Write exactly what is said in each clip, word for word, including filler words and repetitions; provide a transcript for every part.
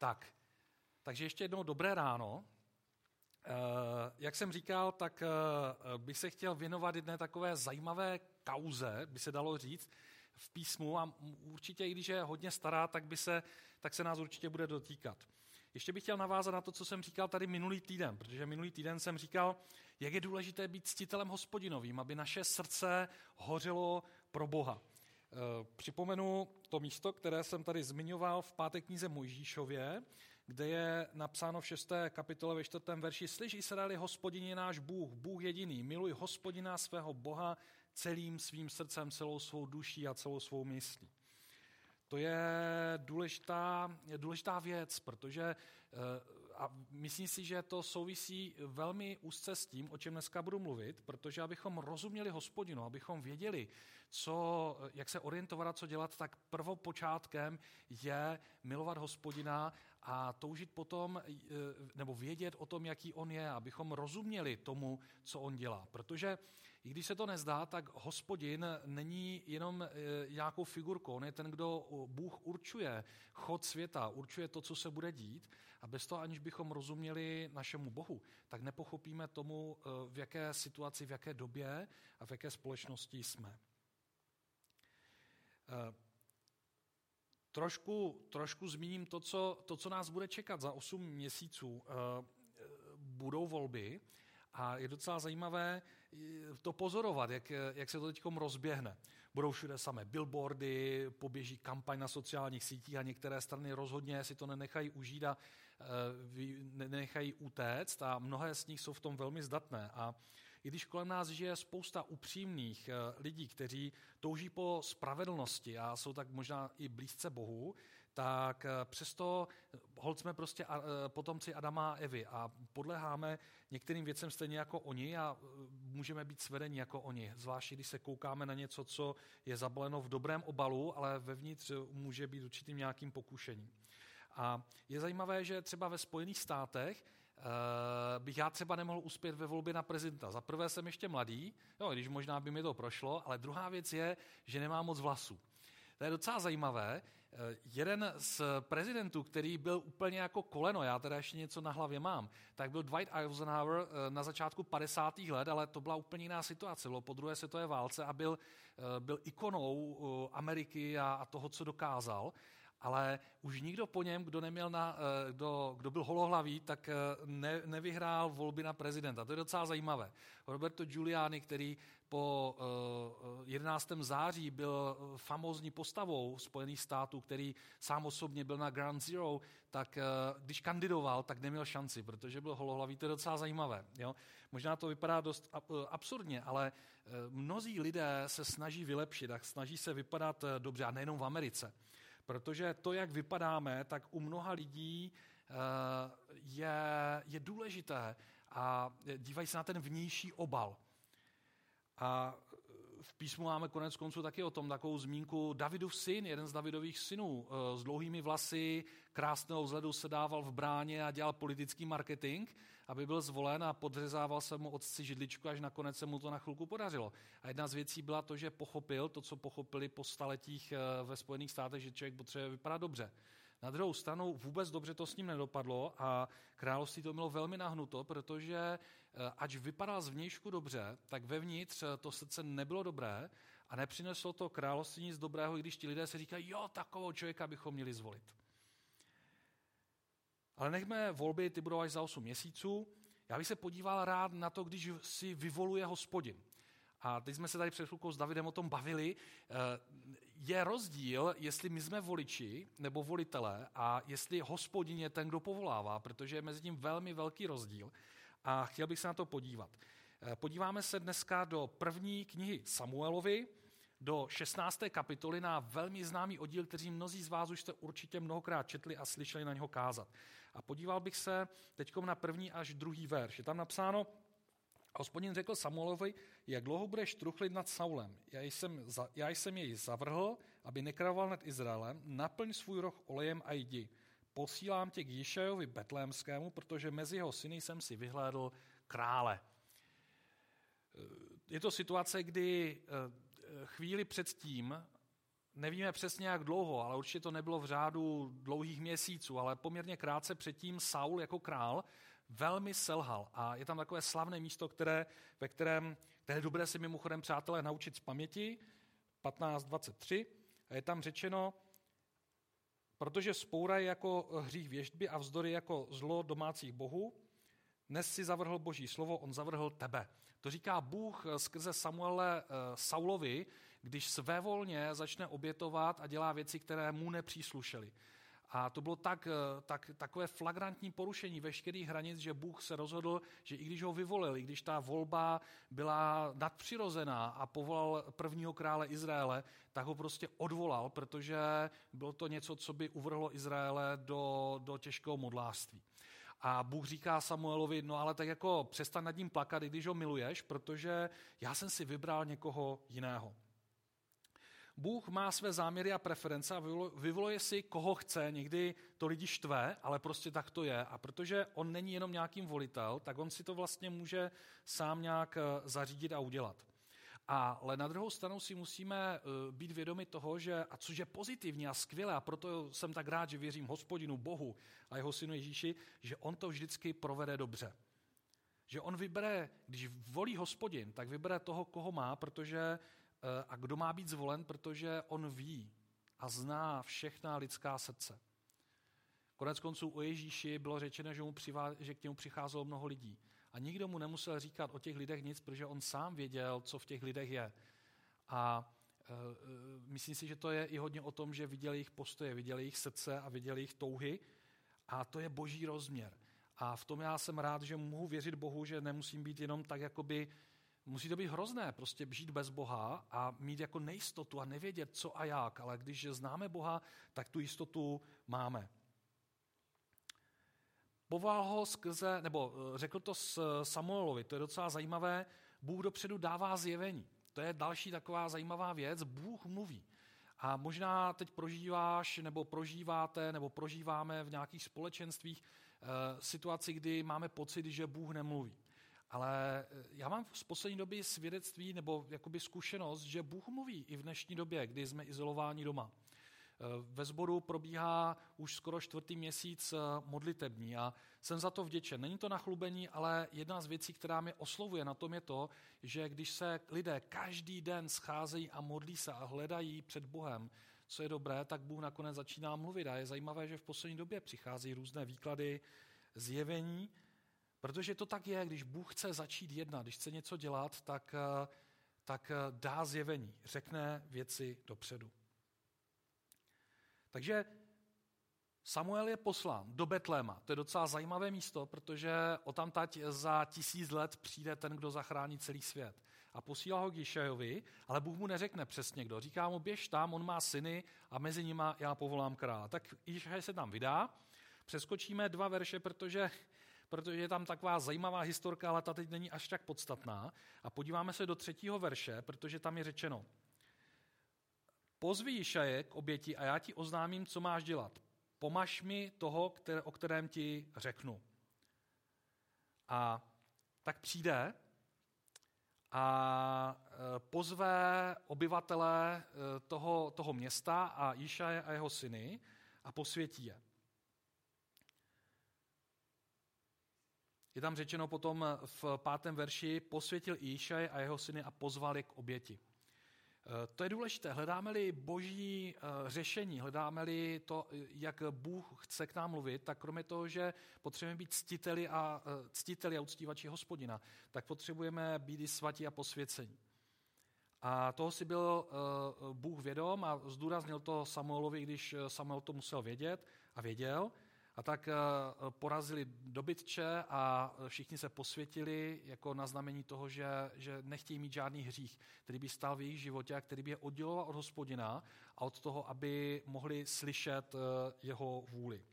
Tak, takže ještě jednou dobré ráno. Jak jsem říkal, tak bych se chtěl věnovat jedné takové zajímavé kauze, by se dalo říct, v písmu a určitě, i když je hodně stará, tak, by se, tak se nás určitě bude dotýkat. Ještě bych chtěl navázat na to, co jsem říkal tady minulý týden, protože minulý týden jsem říkal, jak je důležité být ctitelem Hospodinovým, aby naše srdce hořelo pro Boha. Připomenu to místo, které jsem tady zmiňoval v páté knize Mojžíšově, kde je napsáno v šesté kapitole ve čtvrtém verši: Slyš, Izraeli, Hospodin je náš Bůh, Bůh jediný, miluj Hospodina svého Boha celým svým srdcem, celou svou duší a celou svou myslí. To je důležitá, důležitá věc, protože a myslím si, že to souvisí velmi úzce s tím, o čem dneska budu mluvit, protože abychom rozuměli Hospodinu, abychom věděli, co, jak se orientovat, co dělat, tak prvopočátkem je milovat Hospodina a toužit potom, nebo vědět o tom, jaký on je, abychom rozuměli tomu, co on dělá. Protože i když se to nezdá, tak Hospodin není jenom nějakou figurkou, on je ten, kdo Bůh určuje chod světa, určuje to, co se bude dít, a bez toho, aniž bychom rozuměli našemu Bohu, tak nepochopíme tomu, v jaké situaci, v jaké době a v jaké společnosti jsme. Trošku, trošku zmíním to co, to, co nás bude čekat za osm měsíců. Budou volby a je docela zajímavé to pozorovat, jak, jak se to teď rozběhne. Budou všude samé billboardy, poběží kampaň na sociálních sítích a některé strany rozhodně si to nenechají užít a nenechají utéct a mnohé z nich jsou v tom velmi zdatné. A i když kolem nás žije spousta upřímných lidí, kteří touží po spravedlnosti a jsou tak možná i blízce Bohu, tak přesto holt jsme prostě potomci Adama a Evy a podléháme některým věcem stejně jako oni a můžeme být svedeni jako oni. Zvláště, když se koukáme na něco, co je zabaleno v dobrém obalu, ale vevnitř může být určitým nějakým pokušením. A je zajímavé, že třeba ve Spojených státech uh, bych já třeba nemohl uspět ve volbě na prezidenta. Za prvé jsem ještě mladý, jo, když možná by mi to prošlo, ale druhá věc je, že nemám moc vlasů. To je docela zajímavé. Jeden z prezidentů, který byl úplně jako koleno, já teda ještě něco na hlavě mám, tak byl Dwight Eisenhower na začátku padesátých let, ale to byla úplně jiná situace. Bylo po druhé světové válce a byl, byl ikonou Ameriky a, a toho, co dokázal. Ale už nikdo po něm, kdo neměl na, kdo, kdo byl holohlavý, tak ne, nevyhrál volby na prezidenta. To je docela zajímavé. Roberto Giuliani, který po jedenáctého září byl famózní postavou Spojených států, který sám osobně byl na Ground Zero, tak když kandidoval, tak neměl šanci, protože byl holohlavý. To je docela zajímavé. Jo? Možná to vypadá dost absurdně, ale mnozí lidé se snaží vylepšit a snaží se vypadat dobře, a nejenom v Americe. Protože to, jak vypadáme, tak u mnoha lidí je, je důležité a dívají se na ten vnější obal. A v písmu máme konec konců taky o tom takovou zmínku. Davidův syn, jeden z Davidových synů, s dlouhými vlasy, krásného vzhledu se dával v bráně a dělal politický marketing, aby byl zvolen a podřezával se mu otci židličku, až nakonec se mu to na chvilku podařilo. A jedna z věcí byla to, že pochopil to, co pochopili po staletích ve Spojených státech, že člověk potřebuje vypadat dobře. Na druhou stranu vůbec dobře to s ním nedopadlo a království to mělo velmi nahnuto, protože ač vypadal zvnějšku dobře, tak vevnitř to srdce nebylo dobré a nepřineslo to království nic dobrého, i když ti lidé se říkají, jo, takového člověka bychom měli zvolit. Ale nechme volby, ty budou až za osm měsíců. Já bych se podíval rád na to, když si vyvoluje Hospodin. A teď jsme se tady před chvilkou s Davidem o tom bavili. Je rozdíl, jestli my jsme voliči nebo volitelé a jestli Hospodin je ten, kdo povolává, protože je mezi tím velmi velký rozdíl. A chtěl bych se na to podívat. Podíváme se dneska do první knihy Samuelovi, do šestnácté kapitoly na velmi známý oddíl, který mnozí z vás už jste určitě mnohokrát četli a slyšeli na něho kázat. A podíval bych se teď na první až druhý verš. Je tam napsáno: Hospodin řekl Samuelovi, jak dlouho budeš truchlit nad Saulem. Já jsem, za, já jsem jej zavrhl, aby nekravoval nad Izraelem. Naplň svůj roh olejem a jdi. Posílám tě k Jišajovi Betlémskému, protože mezi jeho syny jsem si vyhlédl krále. Je to situace, kdy chvíli předtím nevíme přesně jak dlouho, ale určitě to nebylo v řádu dlouhých měsíců, ale poměrně krátce předtím Saul jako král velmi selhal. A je tam takové slavné místo, které, ve kterém, které je dobré si mimochodem, přátelé, naučit z paměti, patnáct dvacet tři, a je tam řečeno, protože vzpoura je jako hřích věštby a vzdory jako zlo domácích bohů, dnes si zavrhl Boží slovo, on zavrhl tebe. To říká Bůh skrze Samuele Saulovi, když svévolně začne obětovat a dělá věci, které mu nepříslušely. A to bylo tak, tak, takové flagrantní porušení veškerých hranic, že Bůh se rozhodl, že i když ho vyvolil, i když ta volba byla nadpřirozená a povolal prvního krále Izraele, tak ho prostě odvolal, protože bylo to něco, co by uvrhlo Izraele do, do těžkého modlářství. A Bůh říká Samuelovi, no ale tak jako přestaň nad ním plakat, i když ho miluješ, protože já jsem si vybral někoho jiného. Bůh má své záměry a preference a vyvoluje si, koho chce. Někdy to lidi štve, ale prostě tak to je. A protože on není jenom nějakým volitel, tak on si to vlastně může sám nějak zařídit a udělat. Ale na druhou stranu si musíme být vědomi toho, že, a což je pozitivní a skvělé, a proto jsem tak rád, že věřím Hospodinu Bohu a jeho synu Ježíši, že on to vždycky provede dobře. Že on vybere, když volí Hospodin, tak vybere toho, koho má, protože a kdo má být zvolen, protože on ví a zná všechna lidská srdce. Konec konců o Ježíši bylo řečeno, že, mu přivá, že k němu přicházelo mnoho lidí. A nikdo mu nemusel říkat o těch lidech nic, protože on sám věděl, co v těch lidech je. A e, myslím si, že to je i hodně o tom, že viděl jejich postoje, viděl jejich srdce a viděl jejich touhy. A to je boží rozměr. A v tom já jsem rád, že mohu věřit Bohu, že nemusím být jenom tak, jakoby musí to být hrozné, prostě žít bez Boha a mít jako nejistotu a nevědět, co a jak, ale když známe Boha, tak tu jistotu máme. Povolal ho skrze, nebo řekl to Samuelovi, to je docela zajímavé, Bůh dopředu dává zjevení. To je další taková zajímavá věc, Bůh mluví. A možná teď prožíváš, nebo prožíváte, nebo prožíváme v nějakých společenstvích e, situaci, kdy máme pocit, že Bůh nemluví. Ale já mám z poslední doby svědectví nebo jakoby zkušenost, že Bůh mluví i v dnešní době, kdy jsme izolováni doma. Ve sboru probíhá už skoro čtvrtý měsíc modlitební a jsem za to vděčen. Není to nachlubení, ale jedna z věcí, která mě oslovuje na tom je to, že když se lidé každý den scházejí a modlí se a hledají před Bohem, co je dobré, tak Bůh nakonec začíná mluvit. A je zajímavé, že v poslední době přichází různé výklady, zjevení, protože to tak je, když Bůh chce začít jednat, když chce něco dělat, tak, tak dá zjevení, řekne věci dopředu. Takže Samuel je poslán do Betléma. To je docela zajímavé místo, protože odtamtať za tisíc let přijde ten, kdo zachrání celý svět. A posílá ho k Jišajovi, ale Bůh mu neřekne přesně kdo. Říká mu, běž tam, on má syny a mezi nima já povolám krále. Tak Jišaj se tam vydá. Přeskočíme dva verše, protože, protože je tam taková zajímavá historka, ale ta teď není až tak podstatná. A podíváme se do třetího verše, protože tam je řečeno. Pozvi Jišaje k oběti a já ti oznámím, co máš dělat. Pomaž mi toho, které, o kterém ti řeknu. A tak přijde a pozve obyvatele toho, toho města a Jišaje a jeho syny a posvětí je. Je tam řečeno potom v pátém verši, posvětil Jišaj a jeho syny a pozval je k oběti. To je důležité. Hledáme-li boží řešení, hledáme-li to, jak Bůh chce k nám mluvit, tak kromě toho, že potřebujeme být ctiteli a, ctiteli a uctívači Hospodina, tak potřebujeme být i svatí a posvěcení. A toho si byl Bůh vědom a zdůraznil to Samuelovi, když Samuel to musel vědět a věděl. A tak porazili dobytče a všichni se posvětili jako na znamení toho, že, že nechtějí mít žádný hřích, který by stál v jejich životě a který by je odděloval od Hospodina a od toho, aby mohli slyšet jeho vůli.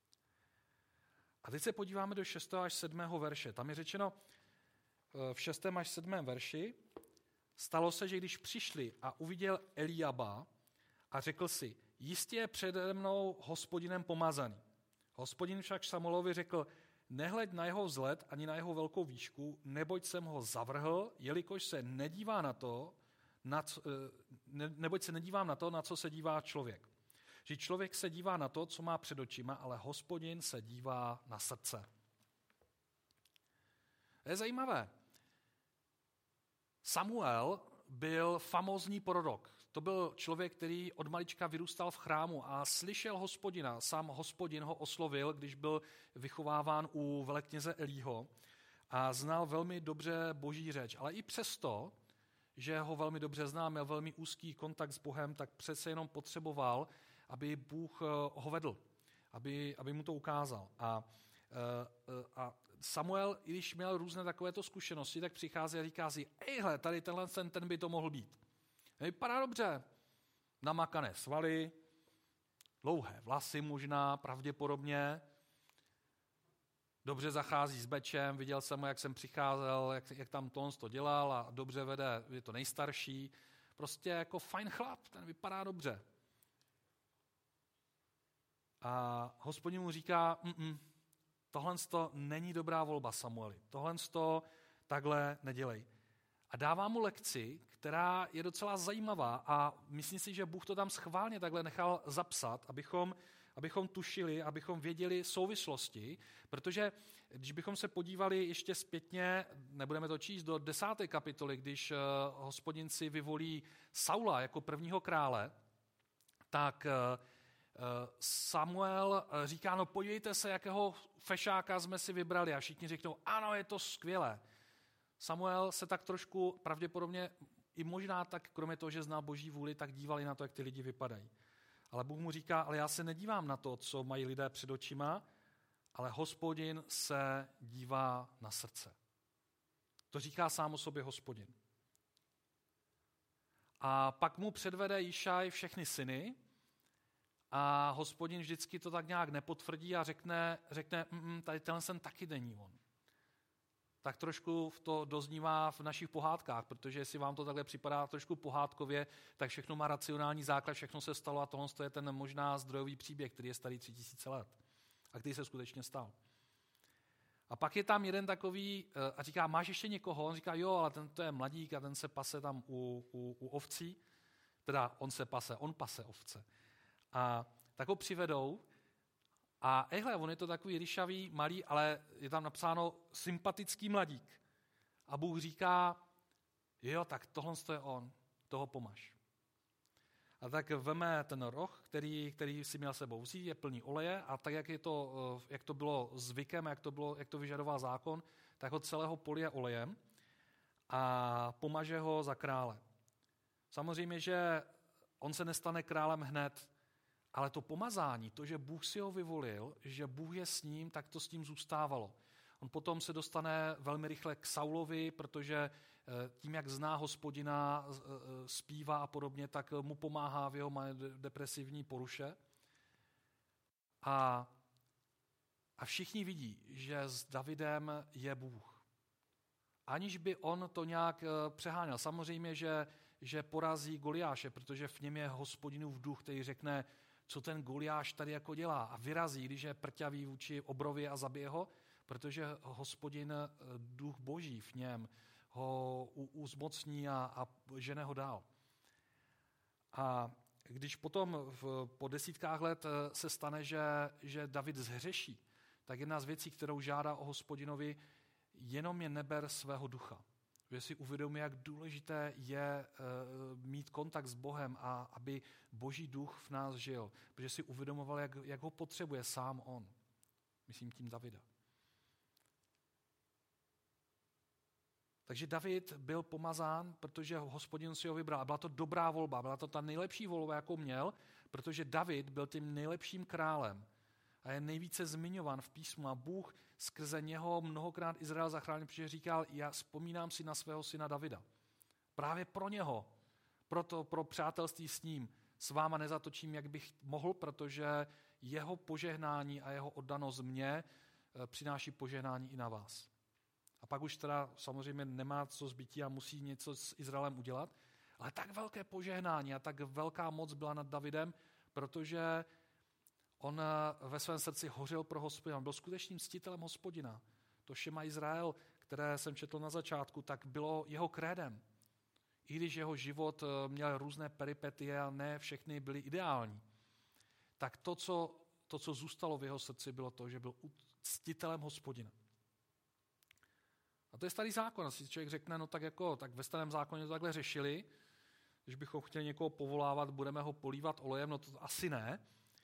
A teď se podíváme do šestého až sedmého verše. Tam je řečeno v šestém až sedmém verši, stalo se, že když přišli a uviděl Eliaba a řekl si, jistě je přede mnou Hospodinem pomazaný. Hospodin však Samuelovi řekl, nehleď na jeho vzhled ani na jeho velkou výšku, neboť jsem ho zavrhl, jelikož se nedívá na to, na co, neboť se nedívám na to, na co se dívá člověk. Že člověk se dívá na to, co má před očima, ale Hospodin se dívá na srdce. Je zajímavé. Samuel byl famózní prorok. To byl člověk, který od malička vyrůstal v chrámu a slyšel Hospodina. Sám Hospodin ho oslovil, když byl vychováván u velekněze Elího a znal velmi dobře boží řeč. Ale i přesto, že ho velmi dobře znal, měl velmi úzký kontakt s Bohem, tak přece jenom potřeboval, aby Bůh ho vedl, aby, aby mu to ukázal. A, a Samuel, i když měl různé takovéto zkušenosti, tak přichází a říká si, ejhle, tady tenhle ten, ten by to mohl být. Vypadá dobře. Namakané svaly, dlouhé vlasy možná, pravděpodobně. Dobře zachází s bečem, viděl jsem ho, jak jsem přicházel, jak, jak tam Tons to dělal a dobře vede, je to nejstarší. Prostě jako fajn chlap, ten vypadá dobře. A Hospodin mu říká, mm-mm, tohle to není dobrá volba, Samueli. Tohle to takhle nedělej. A dává mu lekci, která je docela zajímavá a myslím si, že Bůh to tam schválně takhle nechal zapsat, abychom, abychom tušili, abychom věděli souvislosti, protože když bychom se podívali ještě zpětně, nebudeme to číst, do desáté kapitoly, když Hospodin si vyvolí Saula jako prvního krále, tak Samuel říká, no podívejte se, jakého fešáka jsme si vybrali a všichni řeknou, ano, je to skvělé. Samuel se tak trošku pravděpodobně, i možná tak, kromě toho, že zná boží vůli, tak dívali na to, jak ty lidi vypadají. Ale Bůh mu říká, ale já se nedívám na to, co mají lidé před očima, ale Hospodin se dívá na srdce. To říká sám o sobě Hospodin. A pak mu předvede Jišaj všechny syny a Hospodin vždycky to tak nějak nepotvrdí a řekne, řekne tady tenhle sen taky není on. Tak trošku to doznívá v našich pohádkách, protože jestli vám to takhle připadá trošku pohádkově, tak všechno má racionální základ, všechno se stalo a tohle je ten možná zdrojový příběh, který je starý tři tisíce let a který se skutečně stal. A pak je tam jeden takový a říká, máš ještě někoho? On říká, jo, ale ten to je mladík a ten se pase tam u, u, u ovcí. Teda on se pase, on pase ovce. A tak ho přivedou a ejhle, on je to takový ryšavý, malý, ale je tam napsáno sympatický mladík. A Bůh říká, jo, tak tohle je on, toho pomaž. A tak veme ten roh, který, který si měl sebou vzít, je plný oleje a tak, jak, je to, jak to bylo zvykem, jak to, bylo, jak to vyžadoval zákon, tak ho celého polije olejem a pomaže ho za krále. Samozřejmě, že on se nestane králem hned, ale to pomazání, to, že Bůh si ho vyvolil, že Bůh je s ním, tak to s ním zůstávalo. On potom se dostane velmi rychle k Saulovi, protože tím, jak zná Hospodina, zpívá a podobně, tak mu pomáhá v jeho depresivní poruše. A, a všichni vidí, že s Davidem je Bůh. Aniž by on to nějak přeháněl. Samozřejmě, že, že porazí Goliáše, protože v něm je Hospodinův duch, který řekne, co ten Goliáš tady jako dělá a vyrazí, když je prťavý vůči obrovi a zabije ho, protože Hospodin, duch boží v něm, ho uzmocní a, a žene ho dál. A když potom v, po desítkách let se stane, že, že David zhřeší, tak jedna z věcí, kterou žádá o Hospodinovi, jenom je neber svého ducha. Že si uvědomí, jak důležité je uh, mít kontakt s Bohem a aby boží duch v nás žil. Protože si uvědomoval, jak, jak ho potřebuje sám on. Myslím tím Davida. Takže David byl pomazán, protože Hospodin si ho vybral. A byla to dobrá volba, byla to ta nejlepší volba, jakou měl, protože David byl tím nejlepším králem a je nejvíce zmiňovan v písmu a Bůh skrze něho mnohokrát Izrael zachránil, protože říkal, já vzpomínám si na svého syna Davida. Právě pro něho, proto pro přátelství s ním, s váma nezatočím, jak bych mohl, protože jeho požehnání a jeho oddanost mě přináší požehnání i na vás. A pak už teda samozřejmě nemá co zbytí a musí něco s Izraelem udělat, ale tak velké požehnání a tak velká moc byla nad Davidem, protože on ve svém srdci hořel pro Hospodina. On byl skutečným ctitelem Hospodina. To Šema Izrael, které jsem četl na začátku, tak bylo jeho krédem. I když jeho život měl různé peripetie a ne všechny byly ideální, tak to, co, to, co zůstalo v jeho srdci, bylo to, že byl ctitelem Hospodina. A to je starý zákon. Asi člověk řekne, no tak jako, tak ve starém zákoně to takhle řešili, když bychom chtěli někoho povolávat, budeme ho polívat olejem, no to asi ne,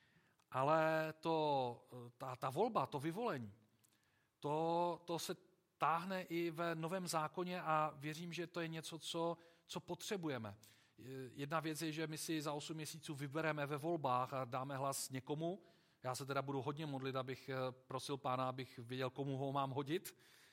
ale to, ta, ta volba, to vyvolení, to, to se táhne i ve Novém zákoně a věřím, že to je něco, co, co potřebujeme. Jedna věc je, že my si za osm měsíců vybereme ve volbách a dáme hlas někomu. Já se teda budu hodně modlit, abych prosil Pána, abych věděl, komu ho mám hodit.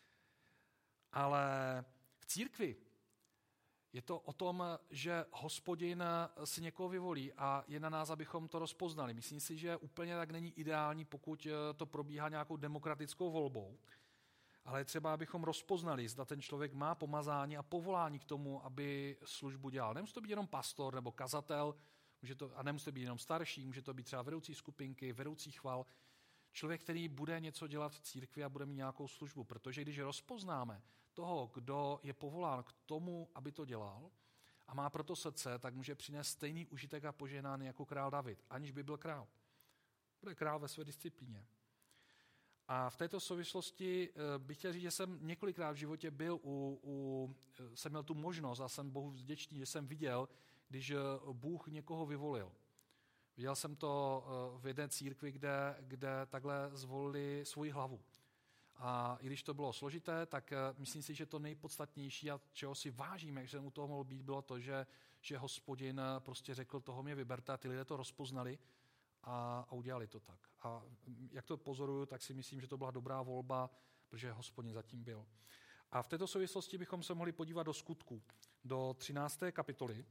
Ale v církvi je to o tom, že Hospodin si někoho vyvolí a je na nás, abychom to rozpoznali. Myslím si, že úplně tak není ideální, pokud to probíhá nějakou demokratickou volbou. Ale je třeba, abychom rozpoznali, zda ten člověk má pomazání a povolání k tomu, aby službu dělal. Nemusí to být jenom pastor nebo kazatel, může to, a nemusí to být jenom starší, může to být třeba vedoucí skupinky, vedoucí chval. Člověk, který bude něco dělat v církvi a bude mít nějakou službu, protože když rozpoznáme toho, kdo je povolán k tomu, aby to dělal a má proto srdce, tak může přinést stejný užitek a požehnání jako král David, aniž by byl král. Bude král ve své disciplíně. A v této souvislosti bych chtěl říct, že jsem několikrát v životě byl, u, u, jsem měl tu možnost a jsem Bohu vděčný, že jsem viděl, když Bůh někoho vyvolil. Viděl jsem to v jedné církvi, kde, kde takhle zvolili svoji hlavu. A i když to bylo složité, tak myslím si, že to nejpodstatnější a čeho si vážíme, jak jsem u toho mohl být, bylo to, že, že Hospodin prostě řekl, toho mě vyberte a ty lidé to rozpoznali a, a udělali to tak. A jak to pozoruju, tak si myslím, že to byla dobrá volba, protože Hospodin zatím byl. A v této souvislosti bychom se mohli podívat do Skutků, do třinácté kapitoly.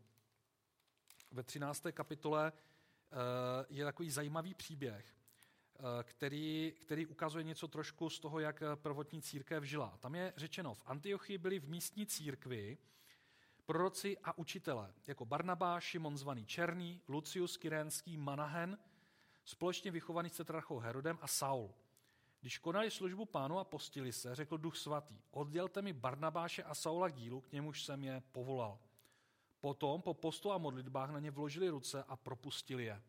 Ve třinácté kapitole je takový zajímavý příběh, který, který ukazuje něco trošku z toho, jak prvotní církev žila. Tam je řečeno, v Antiochii byli v místní církvi proroci a učitelé, jako Barnabáš, Šimon zvaný Černý, Lucius Kyrénský, Manahen, společně vychovaný s tetrarchou Herodem a Saul. Když konali službu Pánu a postili se, řekl Duch svatý, oddělte mi Barnabáše a Saula k dílu, k němuž jsem je povolal. Potom po postu a modlitbách na ně vložili ruce a propustili je.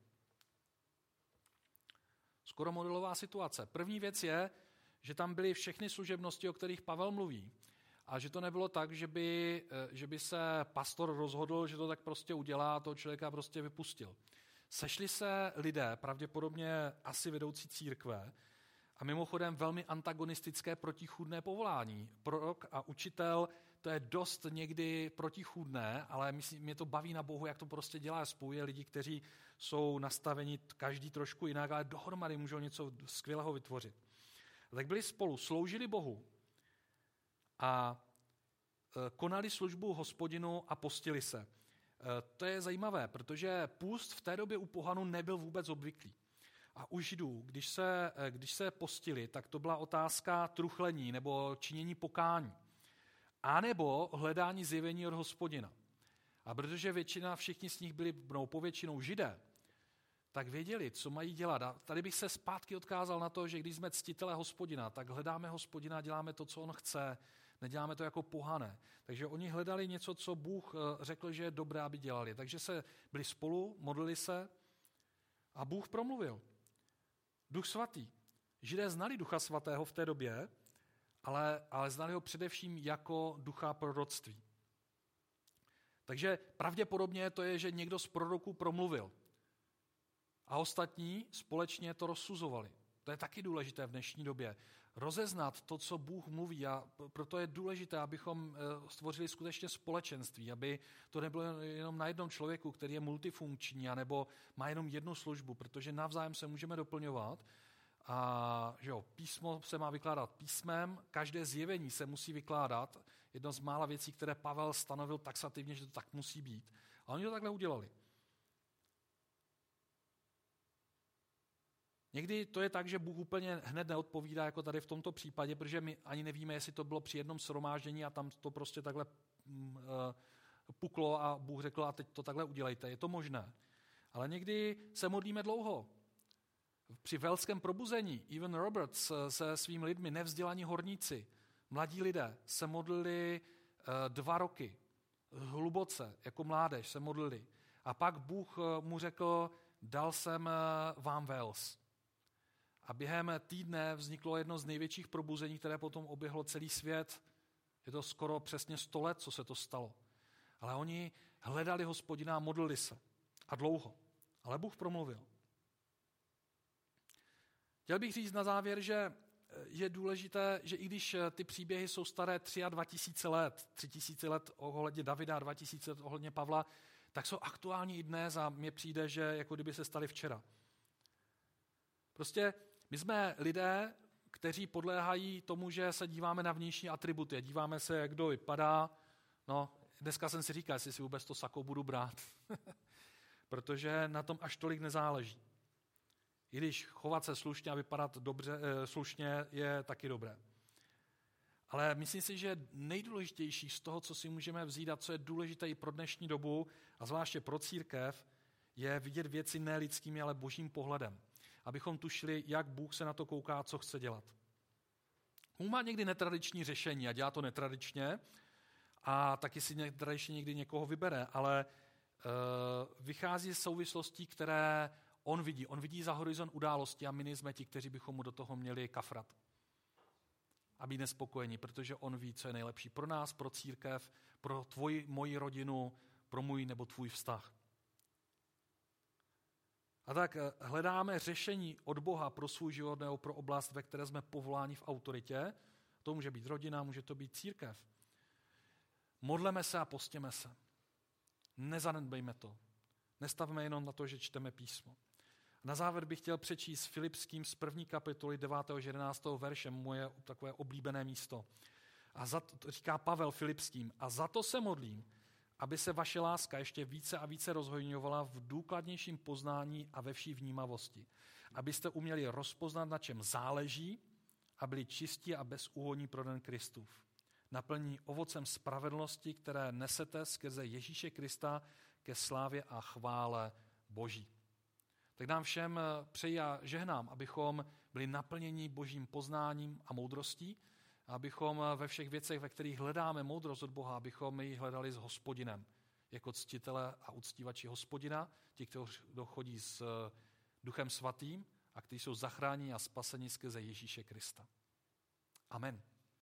Skoro modelová situace. První věc je, že tam byly všechny služebnosti, o kterých Pavel mluví. A že to nebylo tak, že by, že by se pastor rozhodl, že to tak prostě udělá a toho člověka prostě vypustil. Sešli se lidé, pravděpodobně asi vedoucí církve, a mimochodem velmi antagonistické protichůdné povolání. Prorok a učitel, to je dost někdy protichůdné, ale myslím, mě to baví na Bohu, jak to prostě dělá. Spojuje lidi, kteří jsou nastaveni každý trošku jinak, ale dohromady můžou něco skvělého vytvořit. A tak byli spolu, sloužili Bohu a konali službu Hospodinu a postili se. To je zajímavé, protože půst v té době u pohanu nebyl vůbec obvyklý. A u Židů, když se, když se postili, tak to byla otázka truchlení nebo činění pokání. A nebo hledání zjevení od Hospodina. A protože většina, všichni z nich byli no, povětšinou Židé, tak věděli, co mají dělat. A tady bych se zpátky odkázal na to, že když jsme ctitelé Hospodina, tak hledáme Hospodina, děláme to, co on chce, neděláme to jako pohané. Takže oni hledali něco, co Bůh řekl, že je dobré, aby dělali. Takže se byli spolu, modlili se a Bůh promluvil. Duch svatý. Židé znali Ducha svatého v té době, ale, ale znali ho především jako ducha proroctví. Takže pravděpodobně to je, že někdo z proroků promluvil. A ostatní společně to rozsuzovali. To je taky důležité v dnešní době. Rozeznat to, co Bůh mluví, a proto je důležité, abychom stvořili skutečně společenství, aby to nebylo jenom na jednom člověku, který je multifunkční, anebo má jenom jednu službu, protože navzájem se můžeme doplňovat. A že jo, písmo se má vykládat písmem, každé zjevení se musí vykládat. Jedno z mála věcí, které Pavel stanovil taxativně, že to tak musí být. A oni to takhle udělali. Někdy to je tak, že Bůh úplně hned neodpovídá, jako tady v tomto případě, protože my ani nevíme, jestli to bylo při jednom shromáždění a tam to prostě takhle uh, puklo a Bůh řekl, a teď to takhle udělejte. Je to možné. Ale někdy se modlíme dlouho. Při velském probuzení Evan Roberts se svými lidmi, nevzdělaní horníci, mladí lidé, se modlili uh, dva roky. hluboce, jako mládež se modlili. A pak Bůh mu řekl, dal jsem vám Wales. A během týdne vzniklo jedno z největších probuzení, které potom oběhlo celý svět. Je to skoro přesně sto let, co se to stalo. Ale oni hledali Hospodina a modlili se. A dlouho. Ale Bůh promluvil. Chtěl bych říct na závěr, že je důležité, že i když ty příběhy jsou staré tři a dva tisíce let, tři tisíce let ohledně Davida a dva tisíce let ohledně Pavla, tak jsou aktuální i dnes a mně přijde, že jako kdyby se staly včera. Prostě my jsme lidé, kteří podléhají tomu, že se díváme na vnější atributy, díváme se, jak kdo vypadá. No, dneska jsem si říkal, jestli si vůbec to sako budu brát, protože na tom až tolik nezáleží. I když chovat se slušně a vypadat dobře, e, slušně je taky dobré. Ale myslím si, že nejdůležitější z toho, co si můžeme vzít a co je důležité i pro dnešní dobu, a zvláště pro církev, je vidět věci ne lidskými, ale božím pohledem. Abychom tušili, jak Bůh se na to kouká, co chce dělat. Bůh má někdy netradiční řešení a dělá to netradičně a taky si netradičně někdy někoho vybere, ale e, vychází z souvislostí, které on vidí. On vidí za horizont události a my nejsme ti, kteří bychom mu do toho měli kafrat. A být nespokojení, protože on ví, co je nejlepší pro nás, pro církev, pro tvoji, moji rodinu, pro můj nebo tvůj vztah. A tak hledáme řešení od Boha pro svůj život nebo pro oblast, ve které jsme povoláni v autoritě. To může být rodina, může to být církev. Modleme se a postěme se. Nezanedbejme to. Nestavme jenom na to, že čteme písmo. Na závěr bych chtěl přečíst Filipským z první kapitoly devátého až jedenáctého verše, moje takové oblíbené místo. A za to, to říká Pavel Filipským, a za to se modlím, aby se vaše láska ještě více a více rozhojňovala v důkladnějším poznání a ve vší vnímavosti. Abyste uměli rozpoznat, na čem záleží a byli čistí a bezúhonní pro den Kristův. Naplní ovocem spravedlnosti, které nesete skrze Ježíše Krista ke slávě a chvále Boží. Tak nám všem přeji a žehnám, abychom byli naplněni Božím poznáním a moudrostí, abychom ve všech věcech, ve kterých hledáme moudrost od Boha, abychom ji hledali s Hospodinem, jako ctitele a uctívači Hospodina, ti, kdo chodí s Duchem Svatým a kteří jsou zachráněni a spaseni skrze Ježíše Krista. Amen.